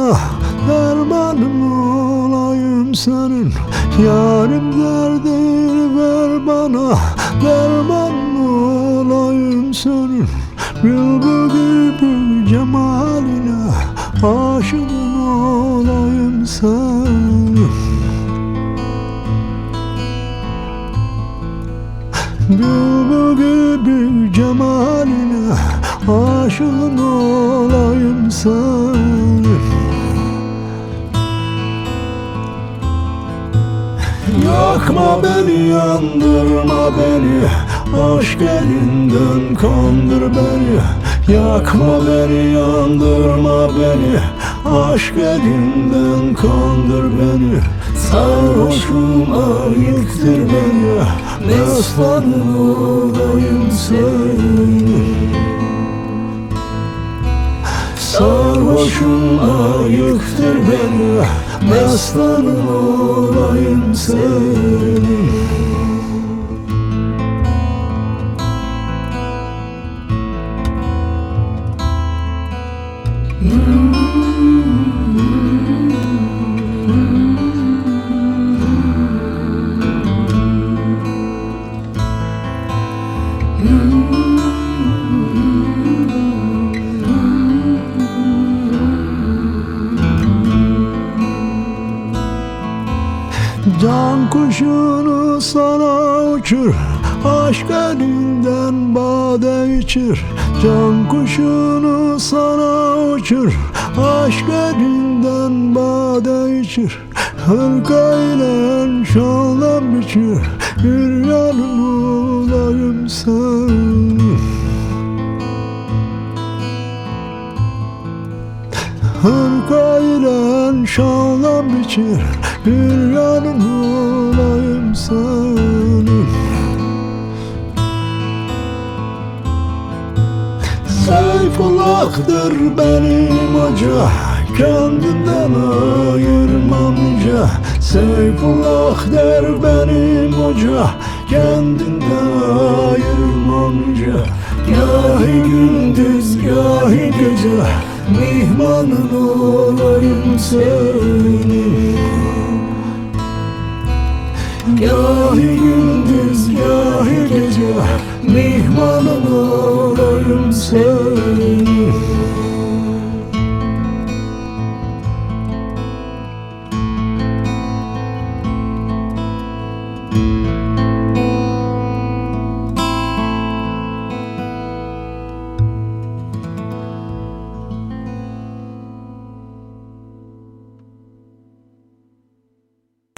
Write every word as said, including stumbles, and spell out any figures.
bana, dermanım olayım senin. Yarim derdini ver bana, dermanım olayım senin. Bülbül gibi cemaline, aşığın olayım senin. Bülbül gibi cemaline, aşığın olayım senin. Yakma beni, yandırma beni, aşk elinden kandır beni. Yakma beni, yandırma beni, aşk elinden kandır beni. Sarhoşum ayıktır beni, mestanın olayım senin. Sarhoşum ayıktır beni, mestanın olayım senin. Can kuşunu sana uçur, aşk elinden bade içir. Can kuşunu sana uçur, aşk elinden bade içir. Hırkayla şanla biçir, bir yanım olayım senin. Hırkayla şanla biçir, bir yanım olayım senin. Seyfullah'tır benim hoca, kendinden ayırmam hica. Seyfullah der benim hoca, kendinden ayırmam hica. Gahi gündüz gahi gece, mihmanın olayım senin. Gahi gündüz gahi gece, mihmanın olayım